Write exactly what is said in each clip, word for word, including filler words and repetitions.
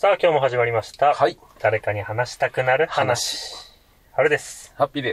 さあ今日も始まりました。 はい。 誰かに話したくなる話。春です。 ハッピーです。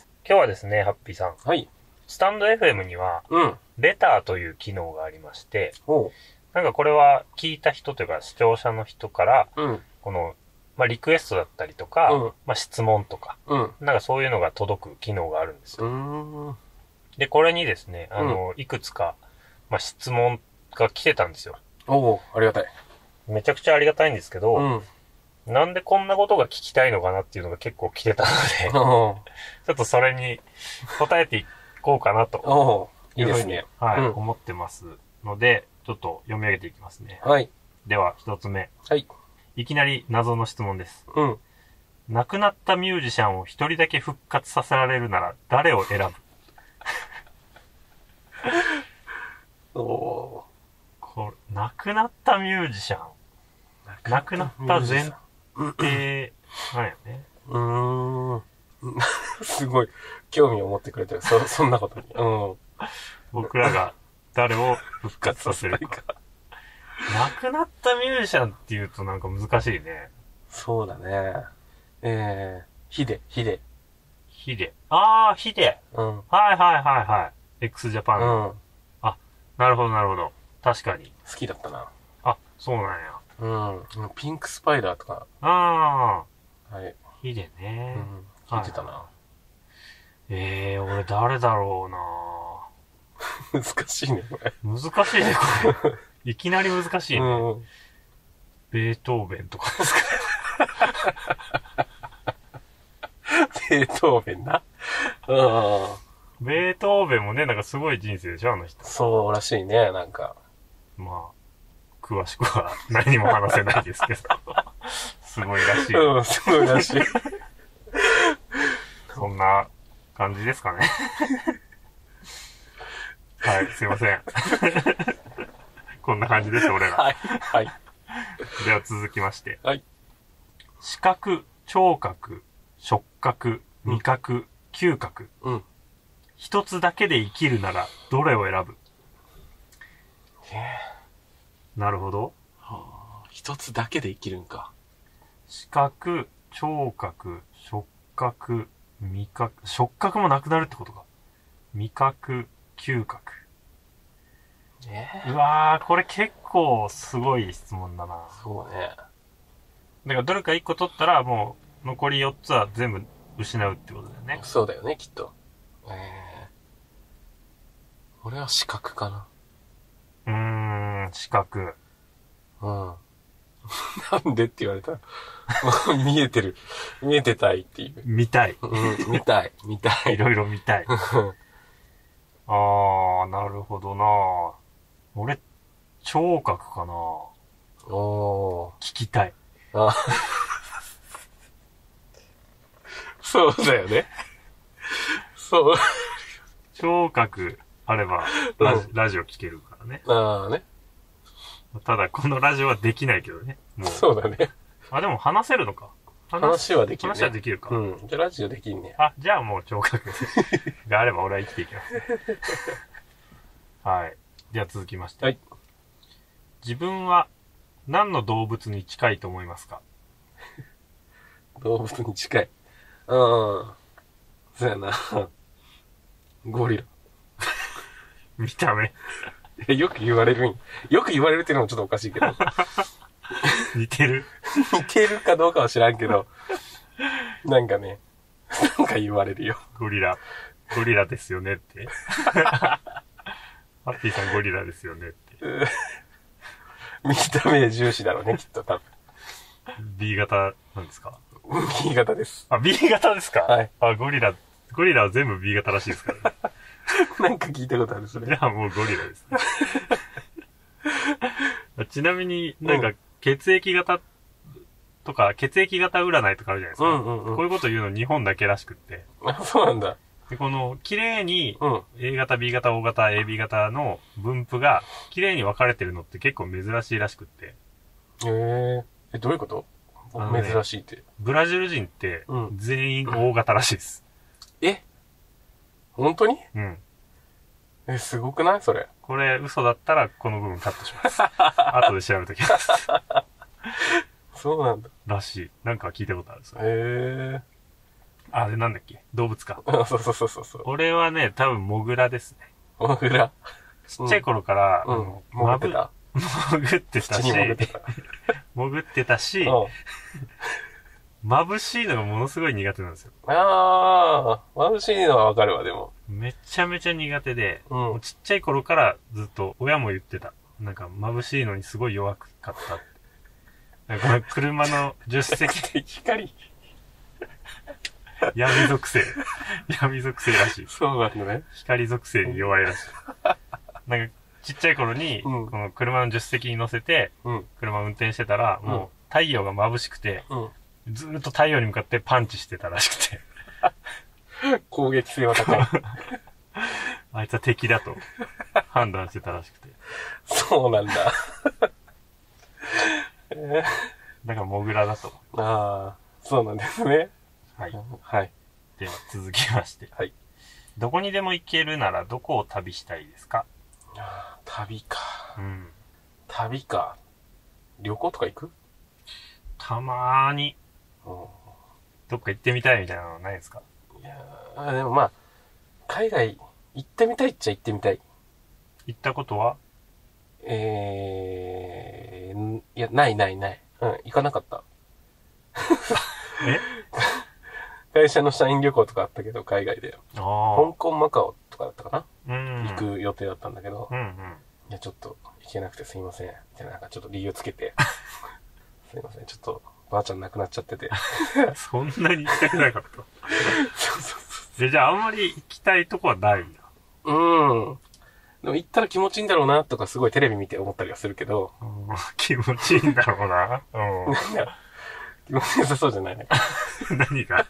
今日はですね、ハッピーさん。 はい。 スタンド エフエム には、 うん。 レターという機能がありまして、 おう。 なんかこれは聞いた人というか視聴者の人から、 うん。 この、まあ、リクエストだったりとか、 うん。 まあ、質問とか、 うん。 なんかそういうのが届く機能があるんですよ。 うーん。 で、これにですね、あの、いくつか、まあ、質問が来てたんですよ。 おう、ありがたい。 めちゃくちゃありがたいんですけど、 うん。 なんでこんなことが聞きたいのかなっていうのが結構来てたので、 おう。 ちょっとそれに答えていこうかなとおう。いいふうに、 いうですね。 はい、 うん、 思ってますので、ちょっと読み上げていきますね。 はい。 では、一つ目。 はい。 いきなり謎の質問です。 うん。 亡くなったミュージシャンを一人だけ復活させられるなら誰を選ぶ？ おう。 これ、亡くなったミュージシャン。亡くなった前提なんよね。 うーん。すごい、興味を持ってくれてる。そ、そんなことに。うん。 僕らが誰を復活させるか。亡くなったミュージシャンって言うとなんか難しいね。 そうだね。えー、ヒデ、ヒデ。 ヒデ。あー、ヒデ。 うん。 はいはいはいはい。x ジャパンうの。 ん。 あ、なるほどなるほど。確かに。 好きだったな。 あ、そうなんや。 うん。ピンクスパイダーとか。 あはい。 ー、ヒデね。 うん。聞いてたな。 はい、えー、俺誰だろ難しいね、これ。 うな。難しいね、これ。いきなり難しいね。 うん。 ベートーベンとかですか？ ベートーベンな。うん。 ベートーベンもね、なんかすごい人生でしょ、あの人。 そうらしいね、なんか。 まあ、詳しくは何も話せないですけど。すごいらしい。 うん、すごいらしい。 そんな感じですかね。はい、すいません。こんな感じです、俺ら。 はい。はい。 では続きまして。 はい。 視覚、聴覚、触覚、味覚、嗅覚。 うん。 一つだけで生きるなら、どれを選ぶ？ えなるほど。 はあ、一つだけで生きるんか。 視覚、聴覚、触覚、味覚、触覚もなくなるってことか。味覚、嗅覚。 えうわー、これ結構すごい質問だな。 そうね。 だからどれか一個取ったらもう残り四つは全部失うってことだよね。 そうだよね、きっと。ええー。俺は視覚かな。 うーん、視覚。 うん。なんでって言われたら、見えてる。見えてたいっていう。 見たい。 うん、見たい。見たい。 いろいろ見たい。あー、なるほどな。俺、聴覚かな。 おー。 聞きたい。 あそうだよね。そう。 聴覚あればラジ、うん、ラジオ聞けるからね。 ああね。 ただ、このラジオはできないけどね。もう。 そうだね。 あ、でも話せるのか。 話はできる、ね。 話はできるか。 うん。じゃあラジオできんね。 あ、じゃあもう聴覚があれば俺は生きていきます、ね。はい。では続きまして。 はい。自分は何の動物に近いと思いますか？ 動物に近い。うん。そうやな。ゴリラ。 見た目。 よく言われるん。よく言われるっていうのもちょっとおかしいけど。 似てる似てるかどうかは知らんけど。なんかね、なんか言われるよ。 ゴリラ。ゴリラですよねって。ハッピーさんゴリラですよねって。 見た目重視だろうね、きっと多分。 B 型なんですか？ B 型です。 あ、B 型ですか？ はい。 あ、ゴリラ、ゴリラは全部 B 型らしいですからね。 なんか聞いたことある、それ。 じゃあもうゴリラです、ね。ちなみになんか血液型とか、血液型占いとかあるじゃないですか。 うんうんうん。 こういうこと言うの日本だけらしくって。 あ、そうなんだ。 で、この綺麗に、 うん、 A 型、B 型、O 型、エービー 型の分布が綺麗に分かれてるのって結構珍しいらしくって。 へえ。え、どういうこと？ね、珍しいって。 ブラジル人って全員 O 型らしいです。 うん、え？本当に？ うん。 え、すごくないそれ。 これ嘘だったらこの部分カットします。後で調べときます。 そうなんだ。 らしい。なんか聞いたことある。それへえ。 あれなんだっけ動物か。 あ、そうそうそうそうそう。 俺はね、多分モグラですね。 モグラ。 ちっちゃい頃から、 うん。 あの潜ってた潜ってたし、 土に潜ってた。 潜ってたし、 うん。 眩しいのがものすごい苦手なんですよ。 ああ、眩しいのはわかるわ、でも。 めちゃめちゃ苦手で、 うんもうちっちゃい頃からずっと親も言ってた。なんか眩しいのにすごい弱かったって。なんかこの車の助手席、 光。 闇属性。闇属性らしい。 そうなんだね。 光属性に弱いらしい。なんかちっちゃい頃に、 うんこの車の助手席に乗せて、 うん。 車運転してたら、 うんもう太陽が眩しくて、 うん。 ずーっと太陽に向かってパンチしてたらしくて、 攻撃性は高い。 あいつは敵だと判断してたらしくて。 そうなんだ。えだからモグラだと。 ー、ああ、そうなんですね。 はい。 はい。 では続きまして。 はい。 どこにでも行けるならどこを旅したいですか？ あー旅か。 うん。 旅か。旅行とか行く？ たまーにうどっか行ってみたいみたいなのないですか？ ん。いやーでもまあ、海外行ってみたいっちゃ行ってみたい。 行ったことは？ えー、んいや、ないないない。うん、行かなかった。 え会社の社員旅行とかあったけど、海外で。 あ香港、マカオとかだったかな、 うん。 行く予定だったんだけど、 うんうん。 いや、ちょっと行けなくてすいません。みたいな、なんかちょっと理由つけて。すいません、ちょっと、ばあちゃん亡くなっちゃってて。 そんなに行きたくなかった。 そうそうで、じゃああんまり行きたいとこはないんだ。 そう。うん。でも行ったら気持ちいいんだろうな、とかすごいテレビ見て思ったりはするけど、 うん気持ちいいんだろうな。ういや気持ちよさそうじゃないね。 ん。何が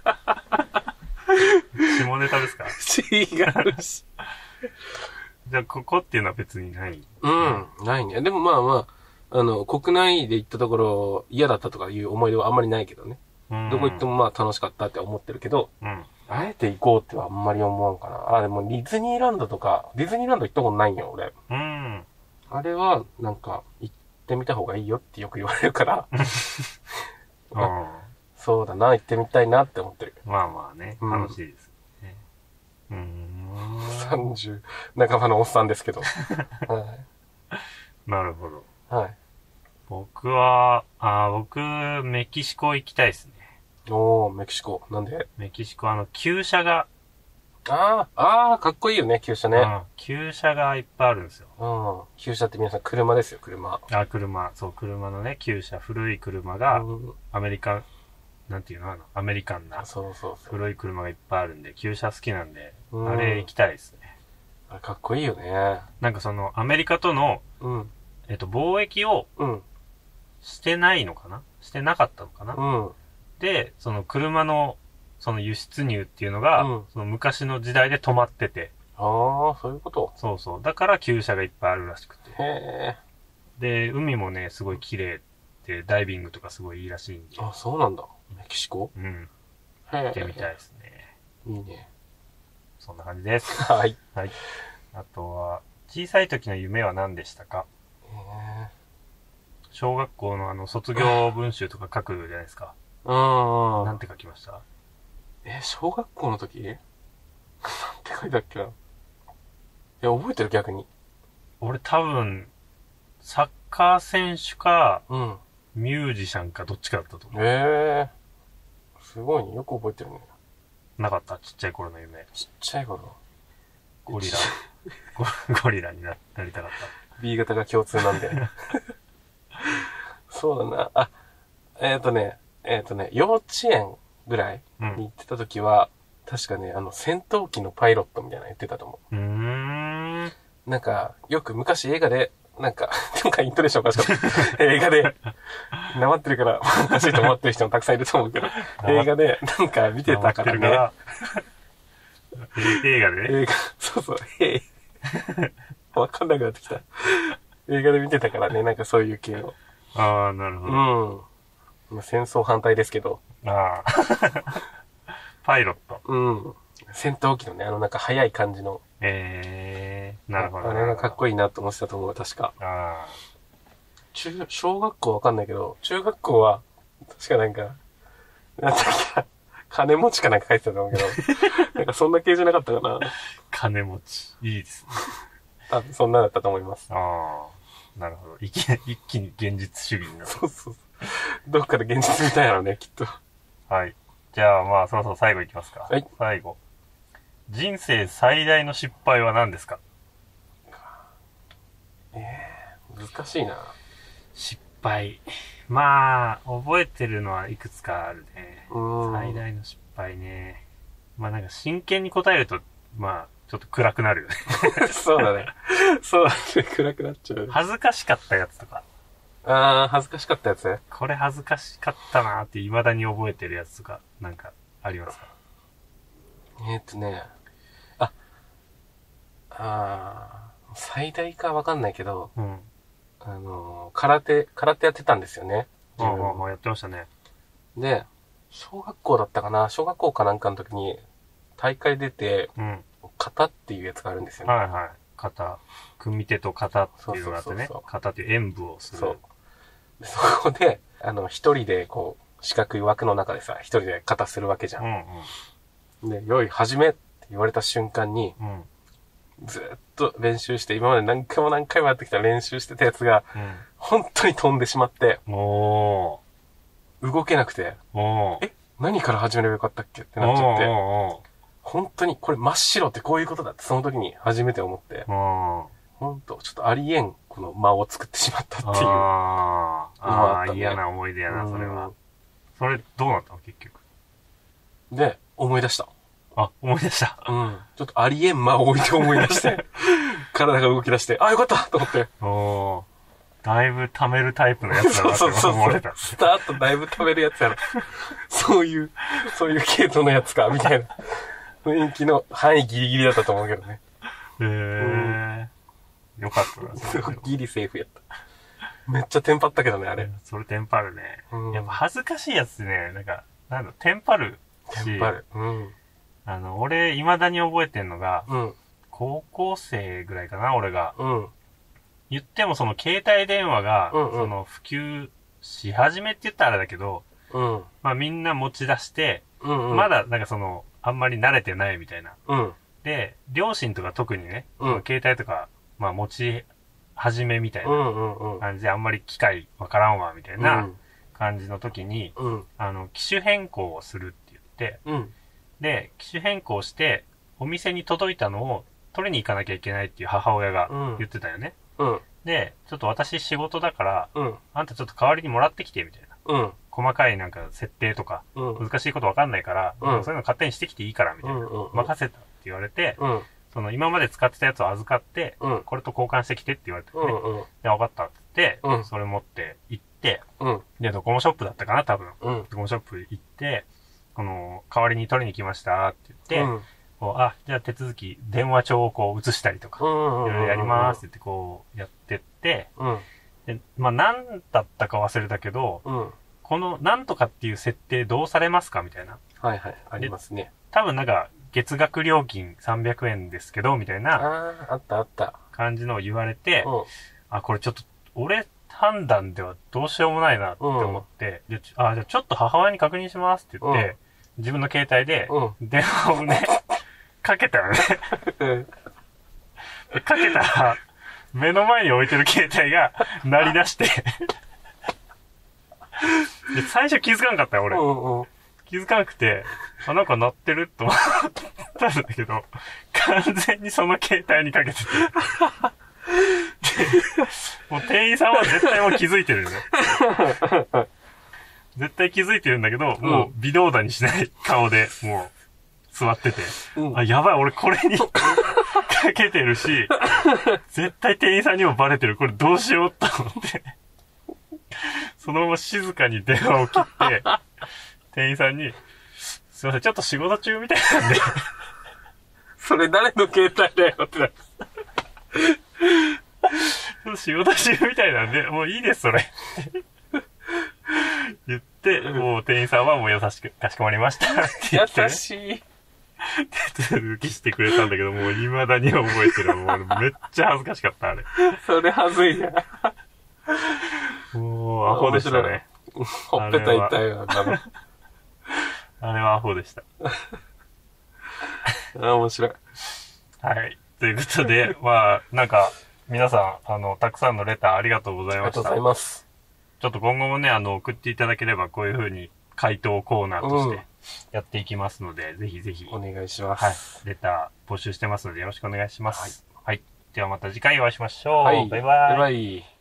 下ネタですか？ 違うし。 じゃあここっていうのは別にない。 うん、ないね。でもまあまあ、あの、国内で行ったところ嫌だったとかいう思い出はあんまりないけどね。 うんどこ行ってもまあ楽しかったって思ってるけど、 うん。 あえて行こうってはあんまり思わんかな。あ、でもディズニーランドとか、ディズニーランド行ったことないんよ、俺。 うん。 あれは、なんか、行ってみた方がいいよってよく言われるから、 うんそうだな、行ってみたいなって思ってる。 まあまあね、 うん楽しいですね。うーん。 さんじゅう半ばのおっさんですけど。はなるほど。 い。はい。 僕は、あー僕、メキシコ行きたいですね。 おー、メキシコ。なんで？ メキシコ、あの、旧車が、 あー、あー、かっこいいよね、旧車ね。 うん旧車がいっぱいあるんですよ。 うん。旧車って皆さん車ですよ、車。 あ、車、そう、車のね、旧車、古い車が、 うん、 アメリカン、なんていうのあの、アメリカンなあ、そうそうそう。 古い車がいっぱいあるんで、旧車好きなんで、 うんあれ行きたいですね。 あれかっこいいよね。 なんかその、アメリカとの、 うん。 えっと、貿易をうん。 してないのかなしてなかったのかな、 うん。 で、その車の、その輸出入っていうのが、 うんその昔の時代で止まってて、 あー、そういうこと。 そうそう。だから旧車がいっぱいあるらしくて。 へで、海もね、すごい綺麗で、ダイビングとかすごいいいらしいんで。 ー。あ、そうなんだ。メキシコうん。 へ行ってみたいですね。 いいね。 そんな感じです。 はい。 はい。あとは、小さい時の夢は何でしたか？ へ小学校のあの、卒業文集とか書くじゃないですか。 ー。うん。 なんて書きました？ え、小学校の時なんて書いたっけな。いや、覚えてる逆に。 俺多分、サッカー選手か、 うん。 ミュージシャンかどっちかだったと思う。 ええー。すごいね。よく覚えてるね。 なかったちっちゃい頃の夢。 ちっちゃい頃。 ゴリラ。ゴゴリラにななりたかっ B 型が共通なんで。そうだな。あ、えっ、ー、とね、えっ、ー、とね、幼稚園ぐらいた。うん。 に行ってた時は、確かね、あの、戦闘機のパイロットみたいなの言ってたと思うーん。 う。なんか、よく昔映画で、なんか、なんかイントネーションおかしかった。映画で、なまってるから、おかしいと思ってる人もたくさんいると思うけど、映画で、なんか見てたからね。 ら映画でね。 映画、そうそう、へい。わかんなくなってきた。映画で見てたからね、なんかそういう系を。 ああ、なるほど。 うん。まあ、戦争反対ですけど。 ああ。パイロット。 うん。戦闘機のね、あのなんか速い感じの。 ええー、なるほど。 あれがかっこいい。 いいなと思ってたと思う、確か。 あ中、小学校わかんないけど、中学校は確かなんか、なんだっけ、金持ちかなんか書いてたと思うけど、なんかそんな系じゃなかったかな。 金持ち。いいですね。 多分そんなだったと思います。 ああ、なるほど。一気に、一気に現実主義になる。 そうそうそう。どっかで現実見たいやろね、きっと。 はい。じゃあまあそろそろ最後いきますか。 はい。 最後。人生最大の失敗は何ですか？ ええー、難しいな。 失敗。まあ、覚えてるのはいくつかあるね。 うん。 最大の失敗ね。まあなんか真剣に答えると、まあ、ちょっと暗くなるよね。 そうだね。そうだね。暗くなっちゃう。 恥ずかしかったやつとか。 ああ、恥ずかしかったやつね。 これ恥ずかしかったなーって未だに覚えてるやつとか、なんか、ありますか？ えー、っとね。あ、あー、最大かわかんないけど、 うん。 あのー、空手、空手やってたんですよね。 ああ、やってましたね。 で、小学校だったかな、小学校かなんかの時に、大会出て、 うん。 型っていうやつがあるんですよね。 はいはい。型。組手と型っていうのがあってねそうそうそうそう。 型っていう演舞をする。 そう。でそこで、あの、一人でこう、四角い枠の中でさ、一人で型するわけじゃん。 うんうん。で、よい、始めって言われた瞬間に、 うん。うん。 ずーっと練習して、今まで何回も何回もやってきた練習してたやつが、本当に飛んでしまって、 うん。お動けなくて、 ー。おー。 え、何から始めればよかったっけってなっちゃって、 おーおー本当にこれ真っ白ってこういうことだってその時に初めて思って、 おー。おー。 本当ちょっとありえんこの間を作ってしまったっていう。 あー。あー、 あったね嫌な思い出やな、それは。それ、どうなったの結局。 で、思い出した。 あ、思い出した。 うん。ちょっとありえん間を置いて思い出して、体が動き出して、あ、よかったと思って。 おー。だいぶ貯めるタイプのやつだなってそうそうそう思われた。 スタートだいぶ食べるやつやろ。そういう、そういう系統のやつか、みたいな。雰囲気の範囲ギリギリだったと思うけどね。 へー。よかったな、それでもギリセーフやった。めっちゃテンパったけどね、あれ。 それテンパるね。 うんやっぱ恥ずかしいやつね、なんか、なんだ、テンパるし。 テンパる。うん。 あの、俺、未だに覚えてんのが、 うん。 高校生ぐらいかな、俺が。 うん。 言ってもその携帯電話が、 うんうんその普及し始めって言ったらあれだけど、 うん。 まあみんな持ち出して、 うん。うん。 まだなんかその、あんまり慣れてないみたいな。 うん。 で、両親とか特にね、 うん携帯とか、まあ持ち始めみたいうなんうんうん。 感じであんまり機械わからんわ、みたいな感じの時に、 うん。 あの、機種変更をするって言って、 うん。 で、機種変更して、お店に届いたのを取りに行かなきゃいけないっていう母親が言ってたよね。 うん。 で、ちょっと私仕事だから、 うん。 あんたちょっと代わりにもらってきて、みたいな。 うん。 細かいなんか設定とか、 うん。 難しいことわかんないから、 うんそういうの勝手にしてきていいから、みたいな。 うん。 任せたって言われて、 うん。 その今まで使ってたやつを預かって、 うん。 これと交換してきてって言われてね。 うん。 で、分かったって言って、 うんそれ持って行って、 うん。 で、ドコモショップだったかな、多分。 うん。 ドコモショップ行って、この、代わりに取りに来ましたって言って、 うん。 こう、あ、じゃあ手続き、電話帳をこう移したりとか、いろいろやりますって言ってこう、やってって、 うん。 で、まあ、何だったか忘れたけど、 うん。 この、なんとかっていう設定どうされますかみたいな。 はいはい。ありますね。 多分なんか、月額料金さんびゃくえんですけど、みたいなああ、あったあった。 感じのを言われて、 うん。 あ、これちょっと、俺判断ではどうしようもないなって思って、でちあ、じゃあちょっと母親に確認しますって言って、 うん自分の携帯でうん。 電話をね、かけたよね。 うん。 でかけたら、目の前に置いてる携帯が鳴り出してで、最初気づかんかったよ、俺。 うん。うん。 気づかなくて、あ、なんか鳴ってると思ったんだけど、完全にその携帯にかけてて。でもう店員さんは絶対もう気づいてるよね。絶対気づいてるんだけど、もう微動だにしない顔で、もう、座ってて。 うん。 あ、やばい、俺これにかけてるし、絶対店員さんにもバレてる。これどうしようと思って。そのまま静かに電話を切って、店員さんに、すいません、ちょっと仕事中みたいなんで。 それ誰の携帯だよってな。 仕事中みたいなんで、もういいです、それ。言って、もう店員さんはもう優しく、かしこまりましたって言って、 優しい。 手続きしてくれたんだけど、もう未だに覚えてる。もうめっちゃ恥ずかしかった、あれ。 それはずいな。 もう、アホでしたね。 ほっぺた痛いわ、多分。 あれはアホでした。 ああ、面白い。 はい。ということで、まあ、なんか、皆さん、あの、たくさんのレターありがとうございました。 ありがとうございます。 ちょっと今後もね、あの、送っていただければ、こういう風に回答コーナーとしてやっていきますので、うん、ぜひぜひ。 お願いします。 はい。レター募集してますので、よろしくお願いします。はい。はい、ではまた次回お会いしましょう。 はい、 バイバイ。 バイバイ。